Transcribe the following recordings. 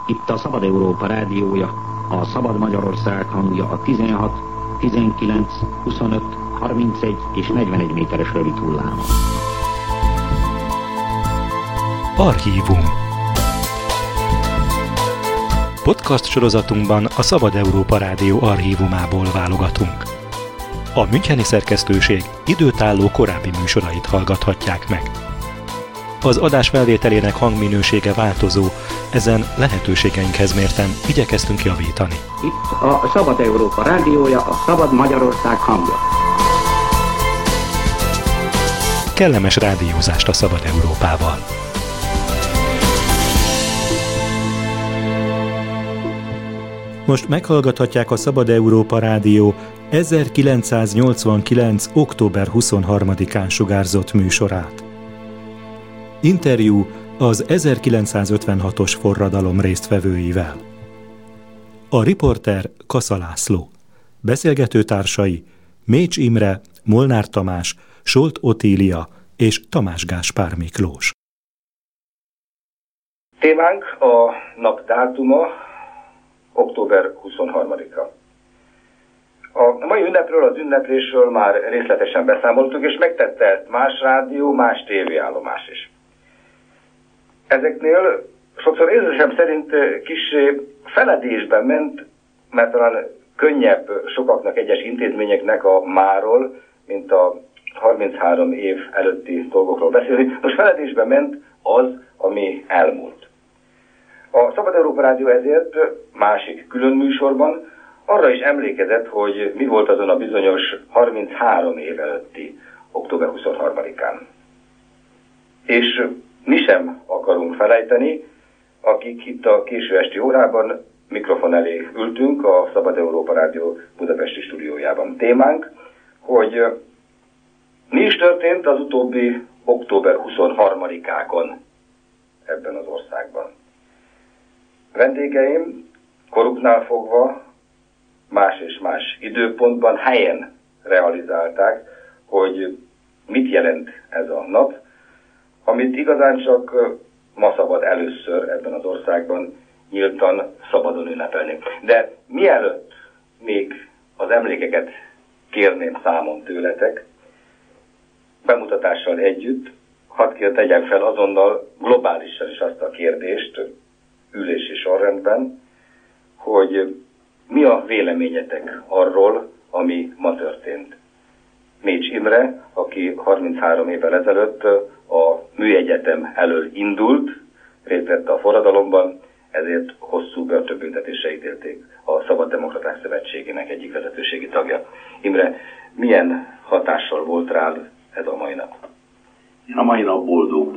Itt a Szabad Európa rádiója, a Szabad Magyarország hangja a 16, 19, 25, 31 és 41 méteres rövid hullámon. Archívum. Podcast sorozatunkban a Szabad Európa Rádió archívumából válogatunk. A müncheni szerkesztőség időtálló korábbi műsorait hallgathatják meg. Az adás felvételének hangminősége változó, ezen lehetőségeinkhez mérten igyekeztünk javítani. Itt a Szabad Európa rádiója, a Szabad Magyarország hangja. Kellemes rádiózást a Szabad Európával! Most meghallgathatják a Szabad Európa Rádió 1989. október 23-án sugárzott műsorát. Interjú az 1956-os forradalom résztvevőivel. A riporter Kassa László. Beszélgetőtársai Mécs Imre, Molnár Tamás, Solt Otília és Tamás Gáspár Miklós. Témánk a nap dátuma, október 23-a. A mai ünnepről, az ünneplésről már részletesen beszámoltuk, és megtette más rádió, más tévéállomás is. Ezeknél sokszor érzésem szerint kissé feledésben ment, mert talán könnyebb sokaknak, egyes intézményeknek a máról, mint a 33 év előtti dolgokról beszélni. Most feledésben ment az, ami elmúlt. A Szabad Európa Rádió ezért másik külön műsorban arra is emlékezett, hogy mi volt azon a bizonyos 33 év előtti október 23-án. És mi sem akarunk felejteni, akik itt a késő esti órában mikrofon elé ültünk a Szabad Európa Rádió budapesti stúdiójában. Témánk, hogy mi is történt az utóbbi október 23-ákon ebben az országban. Vendégeim koruknál fogva más és más időpontban, helyen realizálták, hogy mit jelent ez a nap, amit igazán csak ma szabad először ebben az országban nyíltan, szabadon ünnepelni. De mielőtt még az emlékeket kérném számon tőletek, bemutatással együtt, hadd tegyem fel azonnal globálisan is azt a kérdést, ülési sorrendben, hogy mi a véleményetek arról, ami ma történt. Mécs Imre, aki 33 évvel ezelőtt a műegyetem elől indult, részt vett a forradalomban, ezért hosszú börtönbüntetésre ítélték a Szabad Demokraták Szövetségének egyik vezetőségi tagja. Imre, milyen hatással volt rád ez a mai nap? Én a mai nap boldog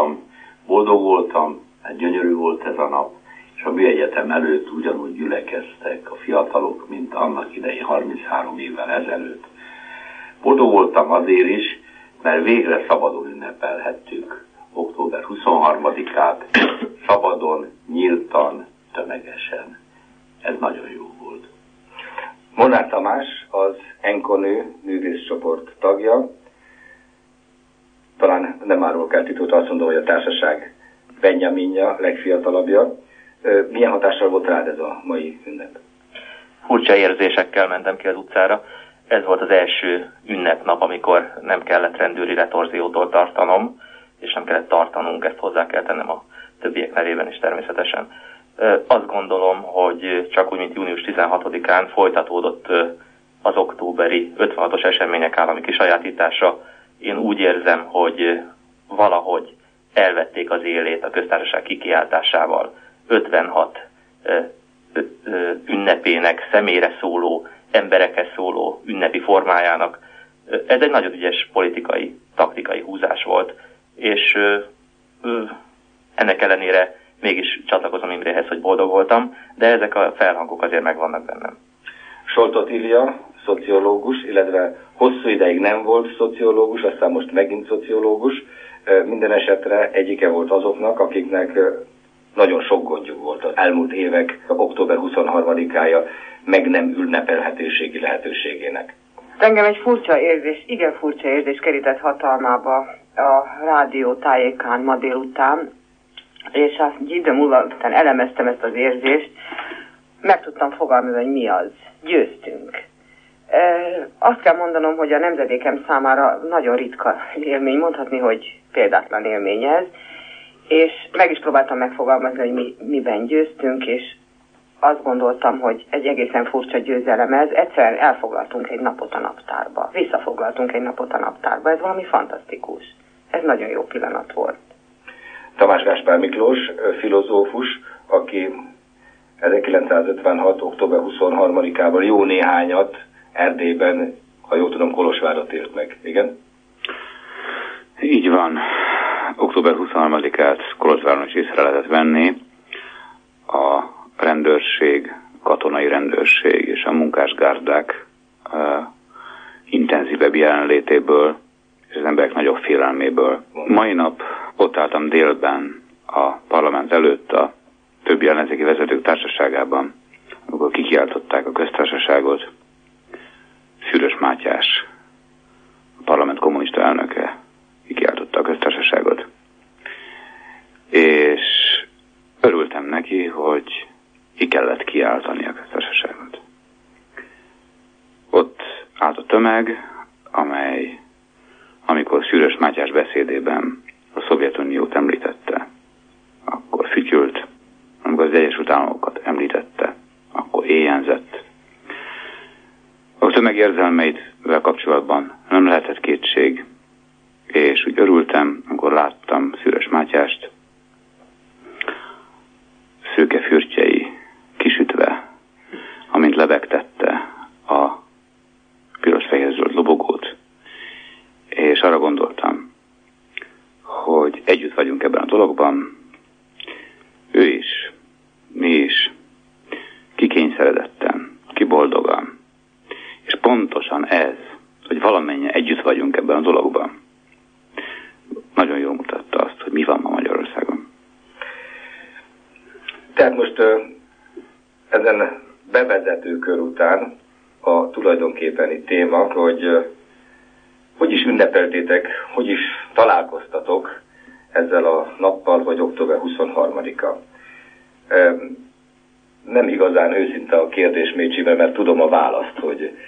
voltam, hát gyönyörű volt ez a nap, és a műegyetem előtt ugyanúgy gyülekeztek a fiatalok, mint annak idején 33 évvel ezelőtt. Boldog voltam azért is, mert végre szabadon ünnepelhettük október 23-át, szabadon, nyíltan, tömegesen. Ez nagyon jó volt. Molnár Tamás az Enkonő művészcsoport tagja. Talán nem árul kell titkot, azt mondom, hogy a társaság Benjaminja, legfiatalabbja. Milyen hatással volt rád ez a mai ünnep? Furcsa érzésekkel mentem ki az utcára. Ez volt az első ünnepnap, amikor nem kellett rendőri retorziótól tartanom, és nem kellett tartanunk, ezt hozzá kell tennem a többiek nevében is természetesen. Azt gondolom, hogy csak úgy, mint június 16-án folytatódott az októberi 56-os események állami kisajátítása. Én úgy érzem, hogy valahogy elvették az élét a köztársaság kikiáltásával 56 ünnepének, személyre szóló, emberekhez szóló ünnepi formájának. Ez egy nagyon ügyes politikai, taktikai húzás volt, és ennek ellenére mégis csatlakozom Imréhez, hogy boldog voltam, de ezek a felhangok azért megvannak bennem. Solt Otília, szociológus, illetve hosszú ideig nem volt szociológus, aztán most megint szociológus. Minden esetre egyike volt azoknak, akiknek nagyon sok gondjuk volt az elmúlt évek október 23-ája meg nem ünnepelhetőségi lehetőségének. Engem egy furcsa érzés, igen furcsa érzés kerített hatalmába a rádió tájékán ma délután. és egy idő múlva után elemeztem ezt az érzést, meg tudtam fogalmazni, hogy mi az. Győztünk. Azt kell mondanom, hogy a nemzedékem számára nagyon ritka élmény, mondhatni, hogy példátlan élmény ez, és meg is próbáltam megfogalmazni, hogy miben győztünk, és azt gondoltam, hogy egy egészen furcsa győzelem ez. Egyszerűen elfoglaltunk egy napot a naptárba. Visszafoglaltunk egy napot a naptárba. Ez valami fantasztikus. Ez nagyon jó pillanat volt. Tamás Gáspár Miklós, filozófus, aki 1956. október 23-ában jó néhányat Erdélyben, ha jól tudom, Kolozsvárat élt meg. Igen? Így van. Október 23-át Kolozsváron is észre lehetett venni. A rendőrség, katonai rendőrség és a munkásgárdák intenzívebb jelenlétéből és az emberek nagyobb félelméből. Mai nap ott álltam délben a parlament előtt a többi ellenzéki vezetők társaságában, amikor kikiáltották a köztársaságot. Szűrös Mátyás, a parlament kommunista elnöke kikiáltotta a köztársaságot. És örültem neki, hogy ki kellett kiáltani a köztársaságot. Ott állt a tömeg, amely, amikor Szűrös Mátyás beszédében a Szovjetuniót említette, akkor fütyült, amikor az Egyesült Államokat említette, akkor éjjenzett. A tömeg érzelmeivel kapcsolatban nem lehetett kétség, és úgy örültem, amikor láttam Szűrös Mátyást, szőke fürtjei kisütve, amint lebegtette a piros-fehér-zöld lobogót, és arra gondoltam, hogy együtt vagyunk ebben a dologban, ő is, mi is, ki kényszeredetten, ki boldogan, és pontosan ez, hogy valamennyien együtt vagyunk ebben a dologban, nagyon jól mutatta azt, hogy mi van ma Magyarországon. Tehát most ezen bevezető kör után a tulajdonképpeni téma, hogy is ünnepeltétek, hogy is találkoztatok ezzel a nappal, vagy október 23-a. Nem igazán őszinte a kérdés, Mécsivel, mert tudom a választ, hogy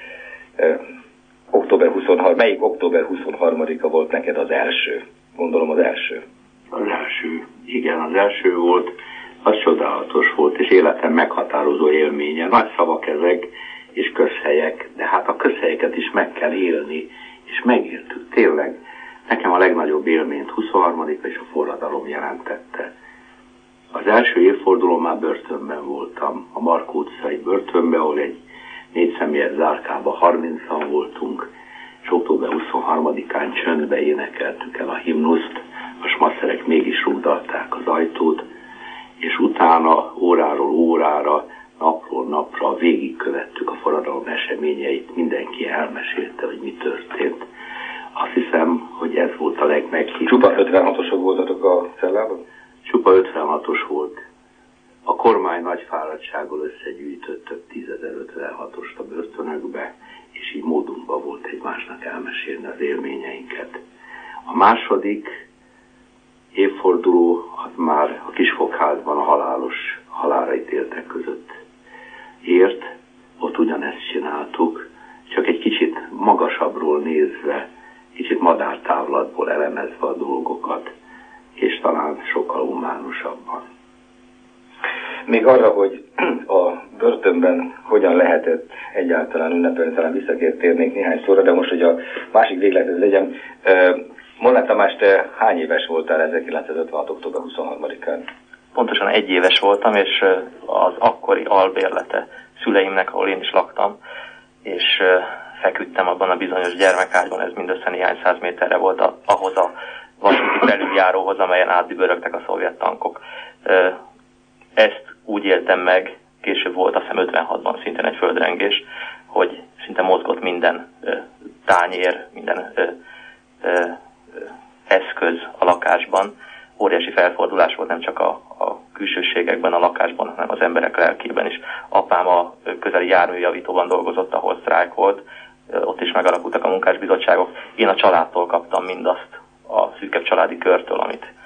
melyik október 23-a volt neked az első? Gondolom az első. Az első. Igen, az első volt. Az csodálatos volt, és életem meghatározó élménye. Nagy szavak ezek, és közhelyek, de hát a közhelyeket is meg kell élni, és megéltük. Tényleg, nekem a legnagyobb élményt 23-a és a forradalom jelentette. Az első évfordulón már börtönben voltam, a Markó utcai börtönben, ahol egy 4 személyes zárkában 30-an voltunk, és október 23-án csöndbe énekeltük el a himnuszt, a smasszerek mégis rúgdalták az ajtót, és utána óráról órára, napról napra végigkövettük a forradalom eseményeit, mindenki elmesélte, hogy mi történt. Azt hiszem, hogy ez volt a legmeghívóbb. Csupa 56-osok voltatok a cellában? Csupa 56-os volt. A kormány nagy fáradtsággal összegyűjtött több 10.056-ost a börtönökbe, és így módunkban volt egymásnak elmesélni az élményeinket. A második évforduló az már a Kisfogházban a halálra ítéltek között ért. Ott ugyanezt csináltuk, csak egy kicsit magasabbról nézve, kicsit madártávlatból elemezve a dolgokat, és talán sokkal humánusabban. Még arra, hogy a börtönben hogyan lehetett egyáltalán ünnepelni, talán visszatérnék néhány szóra, de most, hogy a másik véglethez legyen. Molnár Tamás, te hány éves voltál 1956. október 23-án? Pontosan 1 éves voltam, és az akkori albérlete szüleimnek, ahol én is laktam, és feküdtem abban a bizonyos gyermekágyban, ez mindössze néhány 100 méterre volt ahhoz a vasúti felüljáróhoz, amelyen átdübörögtek a szovjet tankok. Ezt úgy éltem meg, később volt azt hiszem 56-ban szintén egy földrengés, hogy szinte mozgott minden tányér, minden eszköz a lakásban. Óriási felfordulás volt nem csak a külsőségekben, a lakásban, hanem az emberek lelkében is. Apám a közeli járműjavítóban dolgozott, ahol sztrájk volt, ott is megalakultak a munkásbizottságok. Én a családtól kaptam mindazt, a szűkebb családi körtől, amit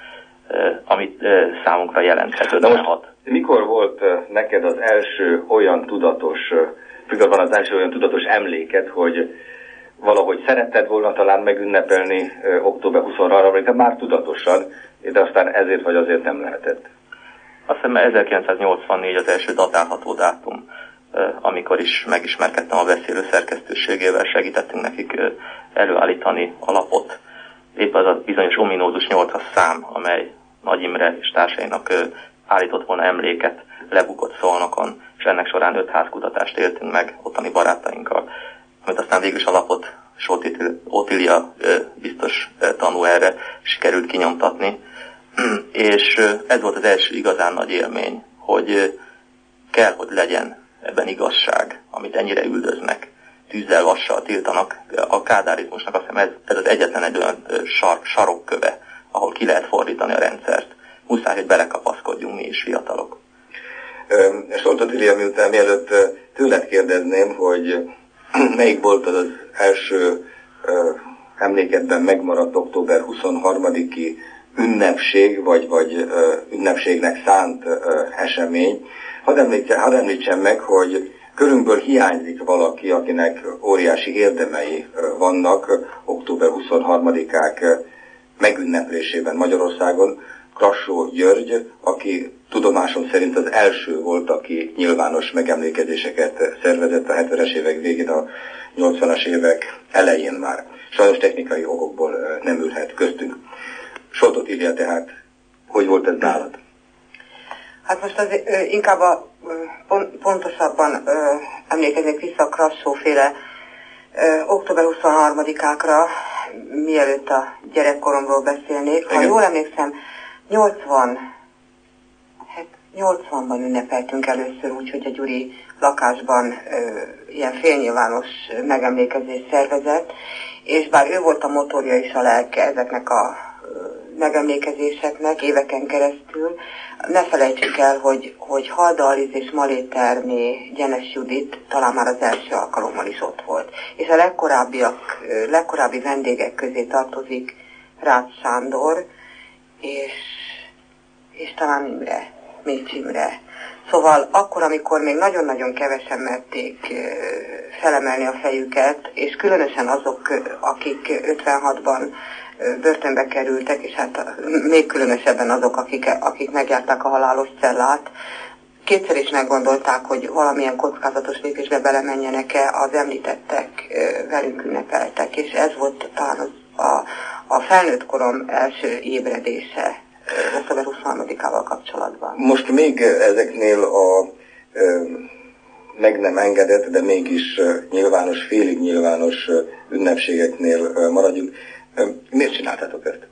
amit számunkra jelenthet 56. Mikor volt neked az első olyan tudatos, az első olyan tudatos emléked, hogy valahogy szeretted volna talán megünnepelni október 23-án, már tudatosan, de aztán ezért vagy azért nem lehetett? Azt hiszem 1984 az első datálható dátum, amikor is megismerkedtem a beszélő szerkesztőségével, segítettünk nekik előállítani a lapot. Épp az a bizonyos ominózus 8-as szám, amely Nagy Imre és társainak állított volna emléket, lebukott Szolnokon, és ennek során 5 házkutatást éltünk meg ottani barátainkkal, amit aztán végül is a lapot Otília biztos tanú erre, sikerült kinyomtatni. És ez volt az első igazán nagy élmény, hogy kell, hogy legyen ebben igazság, amit ennyire üldöznek, tűzzel, vassal tiltanak. A kádárizmusnak azt hiszem ez az egyetlen egy olyan sarokköve, ahol ki lehet fordítani a rendszert. Muszáj, hogy belekapaszkodjunk mi is fiatalok. Soltot Ilia, miután mielőtt tőled kérdezném, hogy melyik volt az első emlékedben megmaradt október 23-i ünnepség, vagy ünnepségnek szánt esemény. Hadd említsem meg, hogy körünkből hiányzik valaki, akinek óriási érdemei vannak október 23-ák megünneplésében Magyarországon. Krassó György, aki tudomásom szerint az első volt, aki nyilvános megemlékezéseket szervezett a 70-es évek végén, a 80-as évek elején már. Sajnos technikai okokból nem ülhet köztünk. Soltot Ilia, tehát hogy volt ez nálad? Hát most az inkább pontosabban emlékeznék vissza a Krassó-féle október 23-ákra, mielőtt a gyerekkoromról beszélnék. Ha jól emlékszem, 80-ban ünnepeltünk először úgy, hogy a Gyuri lakásban ilyen félnyilvános megemlékezést szervezett, és bár ő volt a motorja és a lelke ezeknek a megemlékezéseknek éveken keresztül, ne felejtsük el, hogy Halda Aliz és Maléterné Gyenes Judit talán már az első alkalommal is ott volt. És a legkorábbi vendégek közé tartozik Rácz Sándor, és talán Imre, Mécs Imre. Szóval akkor, amikor még nagyon-nagyon kevesen merték felemelni a fejüket, és különösen azok, akik 56-ban börtönbe kerültek, és hát még különösebben azok, akik megjárták a halálos cellát, kétszer is meggondolták, hogy valamilyen kockázatos lépésbe belemenjenek-e, az említettek velünk ünnepeltek, és ez volt talán a felnőtt korom első ébredése október 23-ával kapcsolatban. Most még ezeknél a meg nem engedett, de mégis nyilvános, félig nyilvános ünnepségeknél maradjunk. Miért csináltátok ezt?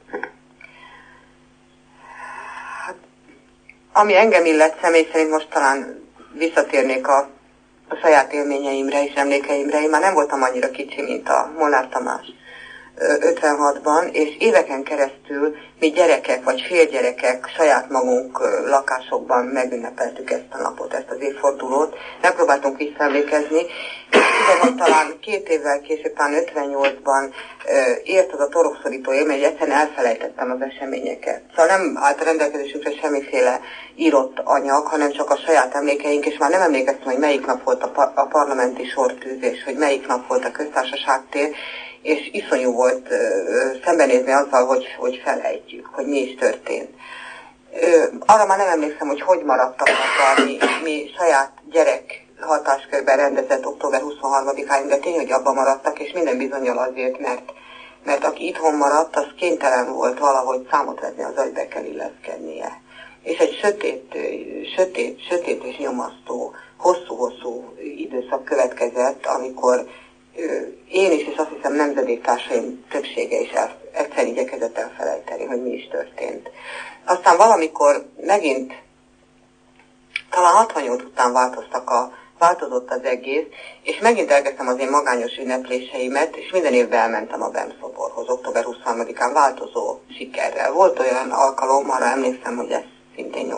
Hát, ami engem illet, személy szerint most talán visszatérnék a saját élményeimre és emlékeimre. Én már nem voltam annyira kicsi, mint a Molnár Tamás 56-ban, és éveken keresztül mi gyerekek vagy félgyerekek saját magunk lakásokban megünnepeltük ezt a napot, ezt az évfordulót, megpróbáltunk visszaemlékezni, és tudom, hogy talán 2 évvel később, talán 58-ban ért az a torokszorító élmény, hogy egyszerűen elfelejtettem az eseményeket. Szóval nem állt a rendelkezésünkre semmiféle írott anyag, hanem csak a saját emlékeink, és már nem emlékeztem, hogy melyik nap volt a parlamenti sortűzés, hogy melyik nap volt a köztársaságtér, és iszonyú volt szembenézni azzal, hogy felejtjük, hogy mi is történt. Arra már nem emlékszem, hogy maradtak a mi saját gyerek hatáskörben rendezett október 23-áig, de tény, hogy abban maradtak, és minden bizonnyal azért, mert aki itthon maradt, az kénytelen volt valahogy számot vetni az, hogy be kell illeszkednie. És egy sötét és nyomasztó, hosszú-hosszú időszak következett, amikor én is, és azt hiszem nemzedéktársaim többsége is egyszer igyekezett elfelejteni, hogy mi is történt. Aztán valamikor megint, talán 68 után változott az egész, és megint elkezdtem az én magányos ünneplésseimet, és minden évben elmentem a BEM szoborhoz, október 23-án változó sikerrel. Volt olyan alkalom, arra emlékszem, hogy ez szintén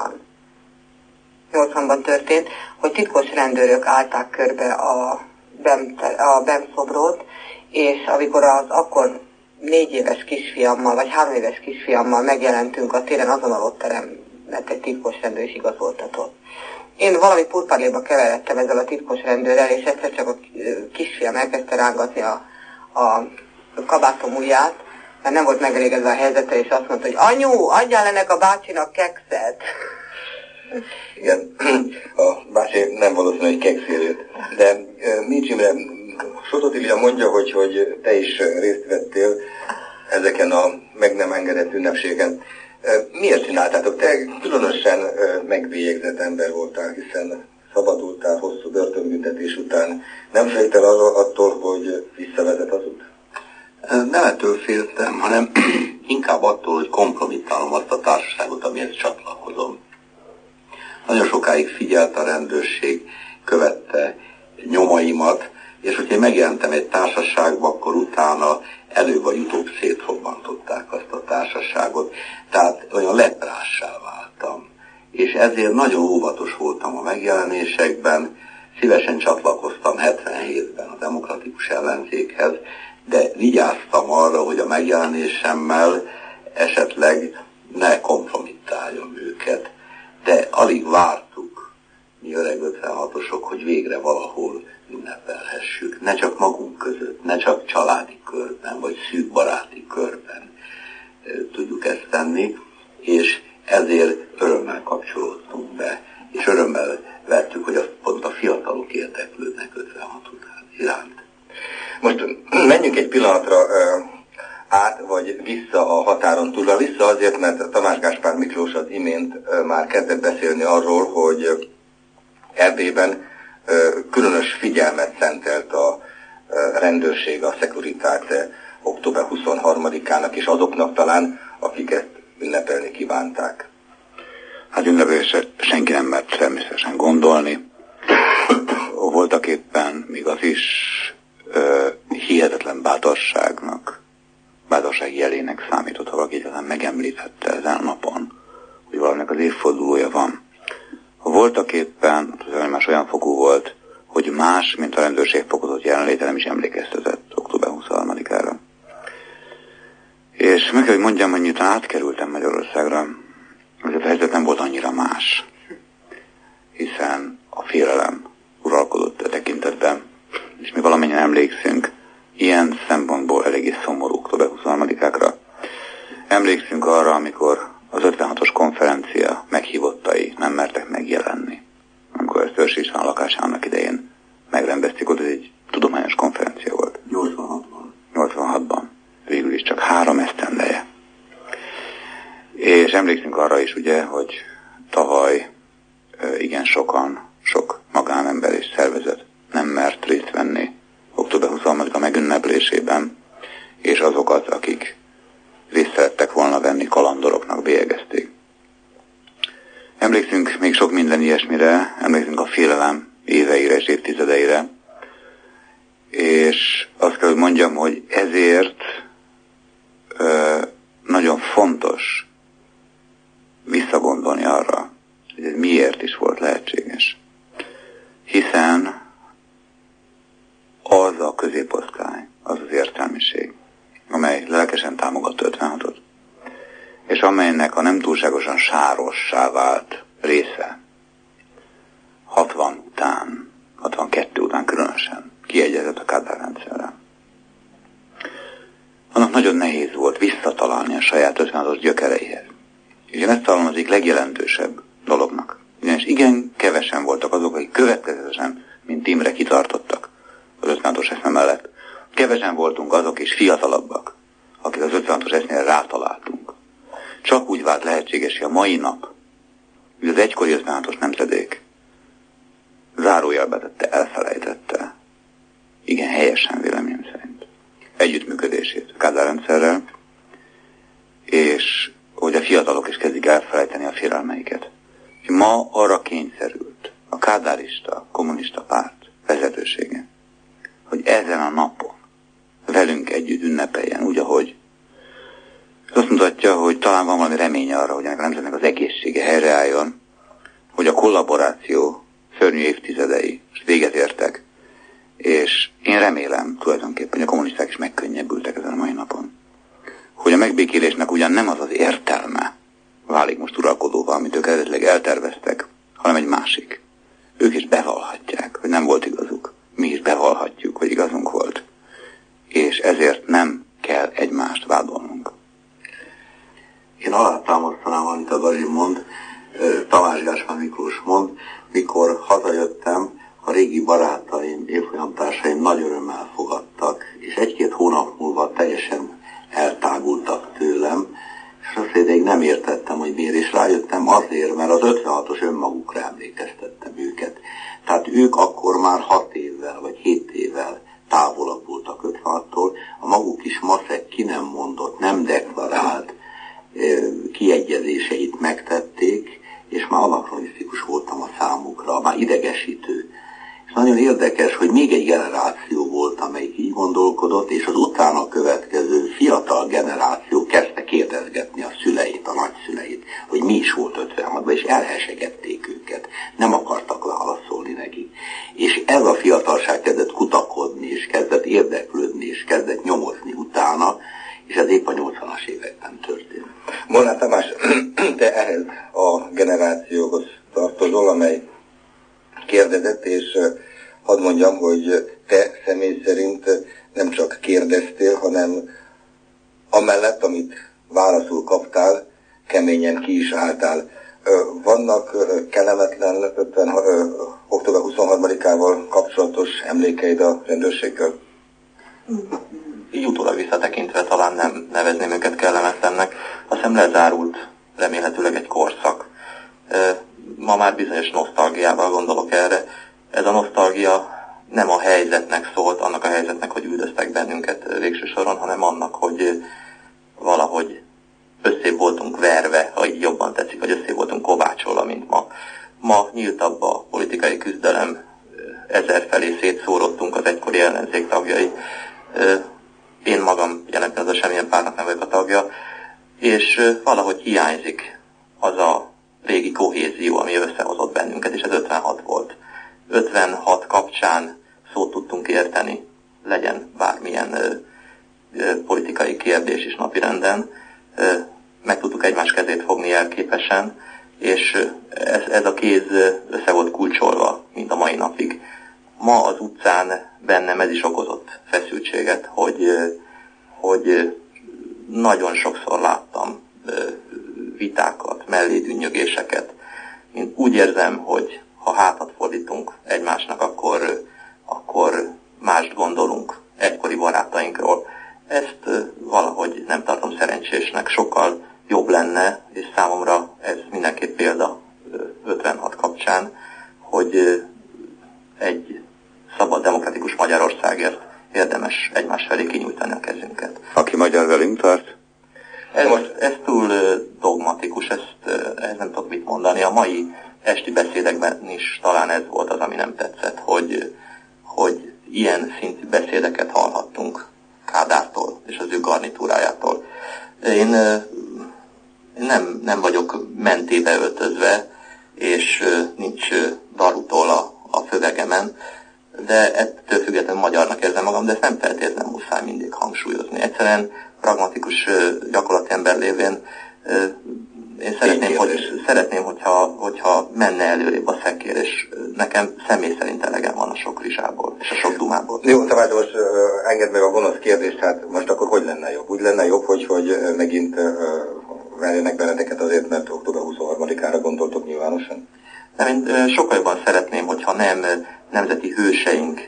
80-ban történt, hogy titkos rendőrök állták körbe a BEM szobrot, és amikor az akkor 4 éves kisfiammal, vagy 3 éves kisfiammal megjelentünk a téren, azon a lotterem, mert egy titkos rendőr is igazoltatott. Én valami purparléba keveredtem ezzel a titkos rendőrrel, és egyszer csak a kisfiam elkezdte rángatni a kabátom ujját, mert nem volt megelégedve a helyzetre, és azt mondta, hogy anyu, adjál ennek a bácsinak kekszet. Igen, a bácsi nem valószínű, hogy kekszérőt. De Mécs Imre, Sotot Ilja mondja, hogy te is részt vettél ezeken a meg nem engedett ünnepségen. Miért csináltátok? Te különösen megbélyegzett ember voltál, hiszen szabadultál hosszú börtönbüntetés után. Nem féltél attól, hogy visszavezet az út? Nem ettől féltem, hanem inkább attól, hogy kompromittálom azt a társaságot, amihez csatlakozom. Nagyon sokáig figyelt a rendőrség, követte nyomaimat, és hogyha megjelentem egy társaságba, akkor utána előbb vagy utóbb szétrobbantották azt a társaságot. Tehát olyan leprássá váltam. És ezért nagyon óvatos voltam a megjelenésekben, szívesen csatlakoztam 77-ben a demokratikus ellenzékhez, de vigyáztam arra, hogy a megjelenésemmel esetleg ne kompromittáljam őket. De alig vártuk, mi öreg 56-osok, hogy végre valahol ünnepelhessük. Ne csak magunk között, ne csak családi körben, vagy szűk baráti körben tudjuk ezt tenni, és ezért örömmel kapcsolódtunk be, és örömmel vettük, hogy pont a fiatalok érdeklődnek 56 iránt. Most menjünk egy pillanatra át, vagy vissza a határon túlra. Vissza azért, mert Tamás Gáspár Miklós az imént már kezdett beszélni arról, hogy Erdélyben különös figyelmet szentelt a rendőrség, a Securitate október 23-ának, és azoknak talán, akik ezt ünnepelni kívánták. Hát ünnepelésre senki nem mert természetesen gondolni. Voltak éppen még az is hihetetlen bátorság jelének számított, ha valaki egyáltalán megemlítette ezen a napon, hogy valaminek az évfordulója van. Voltak éppen, az más olyan fokú volt, hogy más, mint a rendőrség fokozott jelenléte nem is emlékeztetett október 23-ára. És meg kell, hogy mondjam, hogy miután átkerültem Magyarországra, azért a helyzet nem volt annyira más, hiszen a félelem uralkodott a tekintetben, és mi valamennyien emlékszünk ilyen szempontból eléggé szomorú október 23-ákra. Emlékszünk arra, amikor az 56-os konferencia meghívottai nem mertek megjelenni. Amikor ezt Őrsi István lakásán annak idején megrendezték, ott ez egy tudományos konferencia volt. 86-ban. Végül is csak 3 esztendeje. És emlékszünk arra is, ugye, hogy tavaly igen sok magánember és szervezet nem mert részt venni október 23-a megünneplésében, és azokat, akik részt szerettek volna venni, kalandoroknak bélyegezték. Emlékszünk még sok minden ilyesmire, emlékszünk a félelem éveire és évtizedeire, és azt kell, hogy mondjam, hogy ezért nagyon fontos visszagondolni arra, hogy ez miért is volt lehetséges. Hiszen az a középosztály, az az értelmiség, amely lelkesen támogatta 56-ot, és amelynek a nem túlságosan sárossá vált része 60 után, 62 után különösen kiegyezett a Kádár rendszerrel. Annak nagyon nehéz volt visszatalálni a saját 56-os gyökereihez. És én ezt találom az egyik legjelentősebb dolognak. Ugyanis igen kevesen voltak azok, akik következetesen, mint Imre kitartottak az 56-os eszme mellett. Kevesen voltunk azok és fiatalabbak, akik az 56-os eszmére rátaláltunk. Csak úgy vált lehetséges, hogy a mai nap, hogy az egykori 56-os nemzedék zárójelbe tette, elfelejtette, igen helyesen véleményem szerint, együttműködését a Kádár rendszerrel, és hogy a fiatalok is kezdik elfelejteni a félelmeiket. Ma arra kényszerült a kádárista, kommunista párt vezetősége, hogy ezen a napon velünk együtt ünnepeljen, úgy, ahogy. Ez azt mutatja, hogy talán van valami remény arra, hogy ennek a nemzetnek az egészsége helyreálljon, hogy a kollaboráció szörnyű évtizedei véget értek, és én remélem tulajdonképpen, hogy a kommunisták is megkönnyebbültek ezen a mai napon. hogy a megbékélésnek ugyan nem az az értelme válik most uralkodóval, amit ők eredetileg elterveztek, hanem egy másik. Ők is bevallhatják, hogy nem volt igazuk. Mi is bevallhatjuk, hogy igazunk volt. És ezért nem kell egymást vádolnunk. Én alátámasztanám, amit a Gazi mond, Tamás Gáspár Miklós mond, mikor hazajöttem, a régi barátaim, évfolyamtársaim nagy örömmel fogadtak, és 1-2 hónap múlva teljesen eltágultak tőlem, és azt ideig nem értettem, hogy miért, és rájöttem azért, mert az 56-os önmagukra emlékeztettem őket. Tehát ők akkor már 6 évvel, vagy 7 évvel távolabb voltak 56-tól, a maguk is maszek ki nem mondott, nem deklarált kiegyezéseit megtették, és már anakronisztikus voltam a számukra, már idegesítő. És nagyon érdekes, hogy még egy generáció volt, amelyik így gondolkodott, és az utána következő fiatal generáció kezdte kérdezgetni a szüleit, a nagyszüleit, hogy mi is volt 56-ban, és elhesegették őket. Nem akartak válaszolni nekik. És ez a fiatalság kezdett kutakodni, és kezdett érdeklődni, és kezdett nyomozni utána, és ez épp a 80-as években történt. Molnár Tamás, te ehhez a generációhoz tartozol, amely kérdezett, és hadd mondjam, hogy te személy szerint nem csak kérdeztél, hanem amellett, amit válaszul kaptál, keményen ki is álltál. Vannak kellemetlen október 23-ával kapcsolatos emlékeid a rendőrséggel? Így utólag visszatekintve talán nem nevezném őket kellemetlennek. Azt hiszem lezárult remélhetőleg egy korszak. Ma már bizonyos nosztalgiával gondolok erre. Ez a nosztalgia nem a helyzetnek szólt, annak a helyzetnek, hogy üldöztek bennünket végső soron, hanem annak, hogy valahogy össze voltunk verve, ha így jobban tetszik, vagy össze voltunk kovácsolva, mint ma. Ma nyíltabb a politikai küzdelem, 1000 felé szétszórodtunk az egykori ellenzék tagjai. Én magam jelen pillanatban semmilyen pártnak nem vagyok a tagja, és valahogy hiányzik az a régi kohézió, ami összehozott bennünket, és ez 56 volt. 56 kapcsán szót tudtunk érteni, legyen bármilyen politikai kérdés is napirenden, meg tudtuk egymás kezét fogni elképesen, és ez a kéz össze volt kulcsolva, mint a mai napig. Ma az utcán bennem ez is okozott feszültséget, hogy nagyon sokszor láttam vitákat, mellédünnyögéseket. Én úgy érzem, hogy ha hátat fordítunk egymásnak, akkor mást gondolunk egykori barátainkról. Ezt valahogy nem tartom szerencsésnek. Sokkal jobb lenne, és számomra ez mindenképp példa 56 kapcsán, hogy egy szabad, demokratikus Magyarországért érdemes egymás felé kinyújtani a kezünket. Aki magyar velünk tart? Ez túl dogmatikus, ezt nem tudok mit mondani. A mai esti beszédekben is talán ez volt az, ami nem tetszett, hogy ilyen szintű beszédeket hallhattunk Kádártól és az ő garnitúrájától. Én nem vagyok mentébe öltözve, és nincs darutól a fövegemen, de ettől függetlenül magyarnak érzem magam, de ezt nem feltétlenül muszáj mindig hangsúlyozni. Egyszerűen pragmatikus gyakorlati ember lévén én szeretném, hogyha menne előrébb a szekér, és nekem személy szerint elegem van a sok rizsából, és a sok dumából. Jó, Tamás, most engedd meg a gonosz kérdést, hát most akkor hogy lenne jobb? Úgy lenne jobb, hogy megint verjenek benneteket azért, mert október 23-ára gondoltok nyilvánosan? Nem, én sokkal jobban szeretném, hogyha nem nemzeti hőseink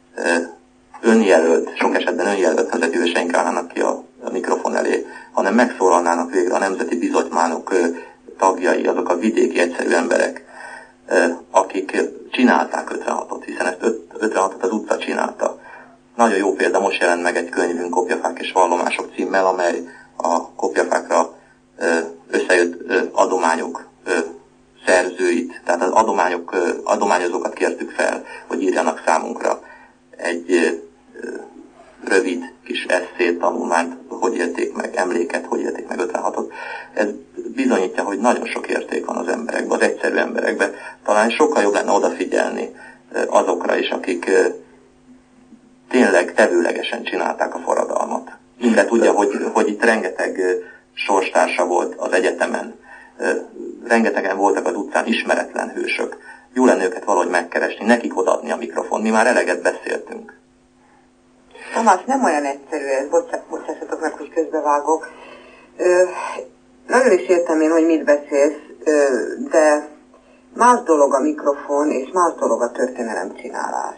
sok esetben önjelölt nemzeti hőseink állnának ki a mikrofon elé, hanem megszólalnának végre a nemzeti bizottmányok tagjai, azok a vidéki egyszerű emberek, akik csinálták 56-ot, hiszen ezt 56-ot az utca csinálta. Nagyon jó példa, most jelent meg egy könyvünk, Kopjafák és vallomások címmel, amely a kopjafákra összejött adományok szerzőit, tehát az adományozókat kértük fel, hogy írjanak számunkra egy rövid kis esszét, tanulmányt, hogy élték meg, emléket, hogy élték meg 56-ot. Ez bizonyítja, hogy nagyon sok érték van az emberekben, az egyszerű emberekben. Talán sokkal jobb lenne odafigyelni azokra is, akik tényleg tevőlegesen csinálták a forradalmat. Imre tudja, hogy itt rengeteg sorstársa volt az egyetemen. Rengetegen voltak az utcán ismeretlen hősök. Jó lenne őket valahogy megkeresni, nekik odaadni a mikrofon. Mi már eleget beszéltünk. Tamás, nem olyan egyszerű ez, bocsássatok meg, hogy közbevágok. Nagyon is értem én, hogy mit beszélsz, de más dolog a mikrofon, és más dolog a történelemcsinálás.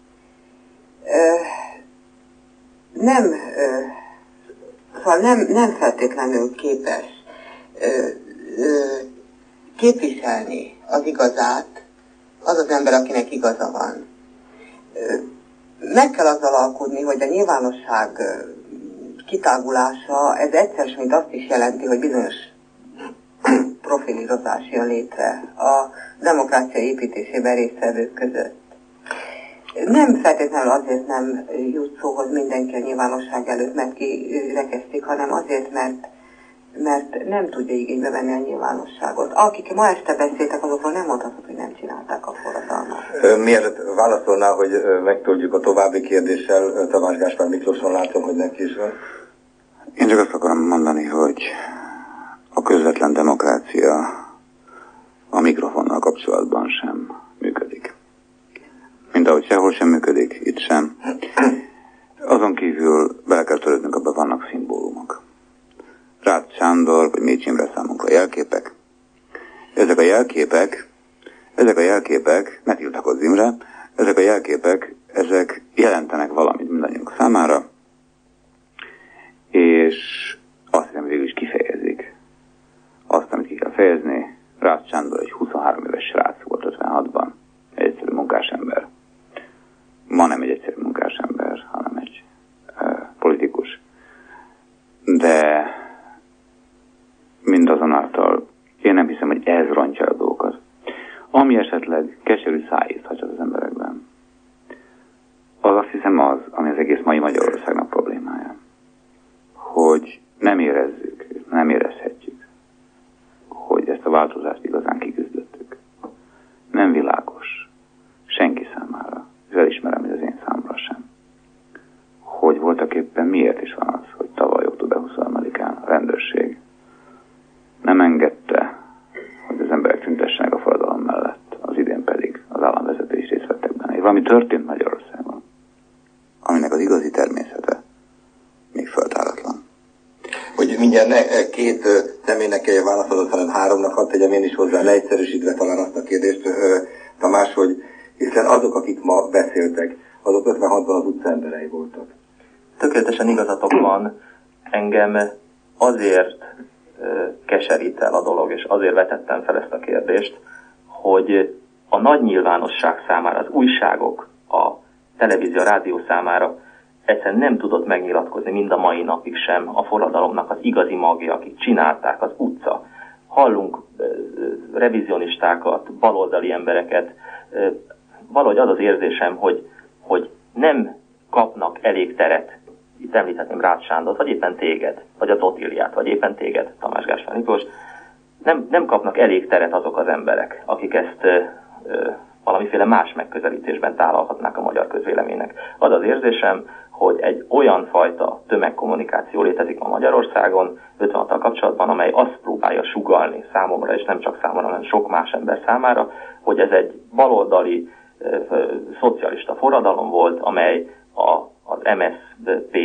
Nem feltétlenül képes képviselni az igazát az ember, akinek igaza van. Meg kell azzal alkudni, hogy a nyilvánosság kitágulása, ez egyszer, mint azt is jelenti, hogy bizonyos profilírozás jön létre a demokrácia építésében résztvevők között. Nem feltétlenül azért nem jut szóhoz mindenki a nyilvánosság előtt, mert kirekesztik, hanem azért, mert nem tudja igénybe venni a nyilvánosságot. Akik ma este beszéltek, azokról nem mondhatod, hogy nem csinálták a forradalmat. Mielőtt válaszolná, hogy megtudjuk a további kérdéssel, Tamás Gáspár Miklóson, látom, hogy neki is van. Én csak azt akarom mondani, hogy a közvetlen demokrácia a mikrofonnal kapcsolatban sem működik. Mint ahogy sehol sem működik, itt sem. Azon kívül bele kell törődnünk, abban vannak szimbólumok. Rácz Sándor, vagy Mécs Imre számunkra jelképek. Ezek a jelképek, ne tiltakozz Imre, ezek a jelképek, ezek jelentenek valamit mindannyiunk számára, és azt hiszem végül is kifejezik azt, amit ki kell fejezni. Rácz Sándor egy 23 éves srác volt 56-ban, egy egyszerű munkásember. Ma nem egy egyszerű munkásember, hanem egy politikus. De mindazonáltal én nem hiszem, hogy ez rontja a dolgokat. Ami esetleg keserű szájízt hagyhat az emberekben, az azt hiszem az, ami az egész mai Magyarországnak problémája. Hogy nem érezzük, nem érezhetjük, hogy ezt a változást igazán kiküzdöttük. Nem világos senki számára, és elismerem, hogy az én számomra sem, hogy voltak éppen miért is van az, hogy tavaly október 23-án a rendőrség nem engedte, hogy az emberek tüntessenek a forradalom mellett, az idén pedig az államvezető is részt vettek benne. Valami történt Magyarországon, aminek az igazi természete még föltáratlan. Hogy mindjárt két személynek kell válaszolod, hanem háromnak, hadd tegyem én is hozzá, leegyszerűsítve talán azt a kérdést, Tamás, hogy hiszen azok, akik ma beszéltek, azok 56-ban az utca emberei voltak. Tökéletesen igazatok van. Engem azért keserít el a dolog, és azért vetettem fel ezt a kérdést, hogy a nagy nyilvánosság számára, az újságok, a televízió, a rádió számára egyszerűen nem tudott megnyilatkozni mind a mai napig sem a forradalomnak az igazi magja, akik csinálták, az utca. Hallunk revizionistákat, baloldali embereket, valahogy az az érzésem, hogy nem kapnak elég teret. Itt említhetném Rácz Sándort, vagy éppen téged, vagy a Totiliát, vagy éppen téged, Tamás Gáspár Miklós. Nem kapnak elég teret azok az emberek, akik ezt valamiféle más megközelítésben tálalhatnák a magyar közvéleménynek. Az az érzésem, hogy egy olyan fajta tömegkommunikáció létezik ma Magyarországon 56-tal kapcsolatban, amely azt próbálja sugallni számomra, és nem csak számomra, hanem sok más ember számára, hogy ez egy baloldali szocialista forradalom volt, amely az MSZP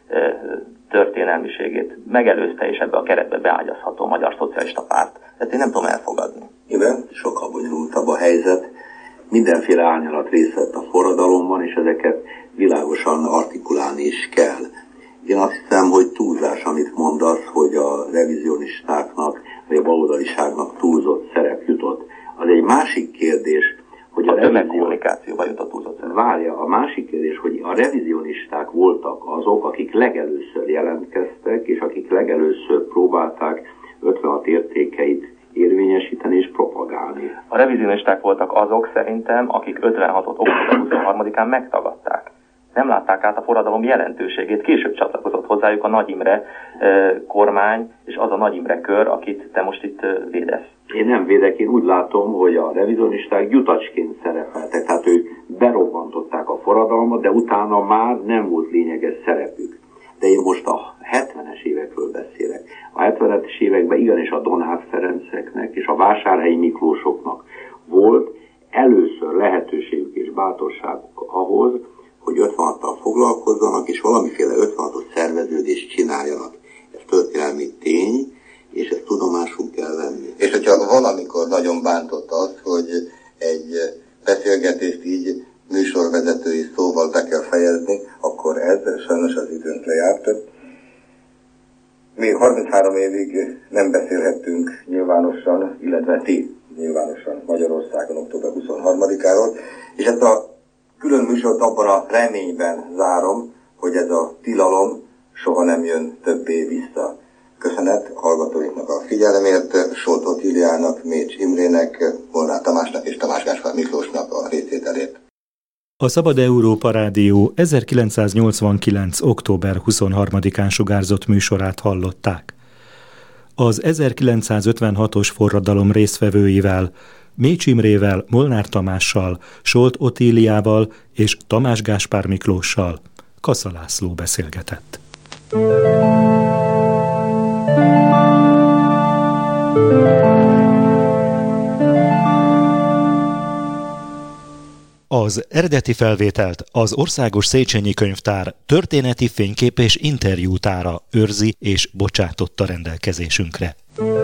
történelmiségét megelőzte, és ebbe a keretbe beágyazható Magyar Szocialista Párt. Ezt én nem tudom elfogadni. Igen, sokkal bonyolultabb a helyzet. Mindenféle árnyalat részt vett a forradalomban, és ezeket világosan artikulálni is kell. Én azt hiszem, hogy túlzás, amit mondasz, hogy a revizionistáknak, vagy a baloldaliságnak túlzott szerep jutott. Az egy másik kérdés, hogy a tömegkommunikációba jutott túlzott szerep. Várja, a másik kérdés, hogy a revizionisták voltak azok, akik legelőször jelentkeztek, és akik legelőször próbálták 56 értékeit érvényesíteni és propagálni. A revizionisták voltak azok szerintem, akik 56-ot október 23-án megtagadták. Nem látták át a forradalom jelentőségét, később csatlakozott hozzájuk a Nagy Imre kormány, és az a Nagy Imre kör, akit te most itt védesz. Én nem védek, én úgy látom, hogy a revizionisták gyutacsként szerepeltek, tehát ők berobbantották a forradalmat, de utána már nem volt lényeges szerepük. de én most a 70-es évekről beszélek. A 70-es években igenis a Donát Ferenceknek és a Vásárhelyi Miklósoknak volt először lehetőségük és bátorságuk ahhoz, hogy 56-tal foglalkozzanak, és valamiféle 56-os szerveződést csináljanak. Ez történelmi tény, és ezt tudomásul kell venni. És hogyha valamikor nagyon bántott az, hogy egy beszélgetést így műsorvezetői szóval be kell fejezni, akkor ez sajnos az időnk lejárt. Mi 33 évig nem beszélhettünk nyilvánosan, illetve ti nyilvánosan Magyarországon október 23-áról, és ezt a külön műsort abban a reményben zárom, hogy ez a tilalom soha nem jön többé vissza. Köszönet hallgatóinknak a figyelemért, Solt Otíliának, Mécs Imrének, Molnár Tamásnak és Tamás Gáspár Miklósnak a részvételét. A Szabad Európa Rádió 1989. október 23-án sugárzott műsorát hallották. Az 1956-os forradalom résztvevőivel, Mécs Imrével, Molnár Tamással, Solt Otíliával és Tamás Gáspár Miklóssal Kassa László beszélgetett. Az eredeti felvételt az Országos Széchenyi Könyvtár történeti fénykép és interjútára őrzi és bocsátotta rendelkezésünkre.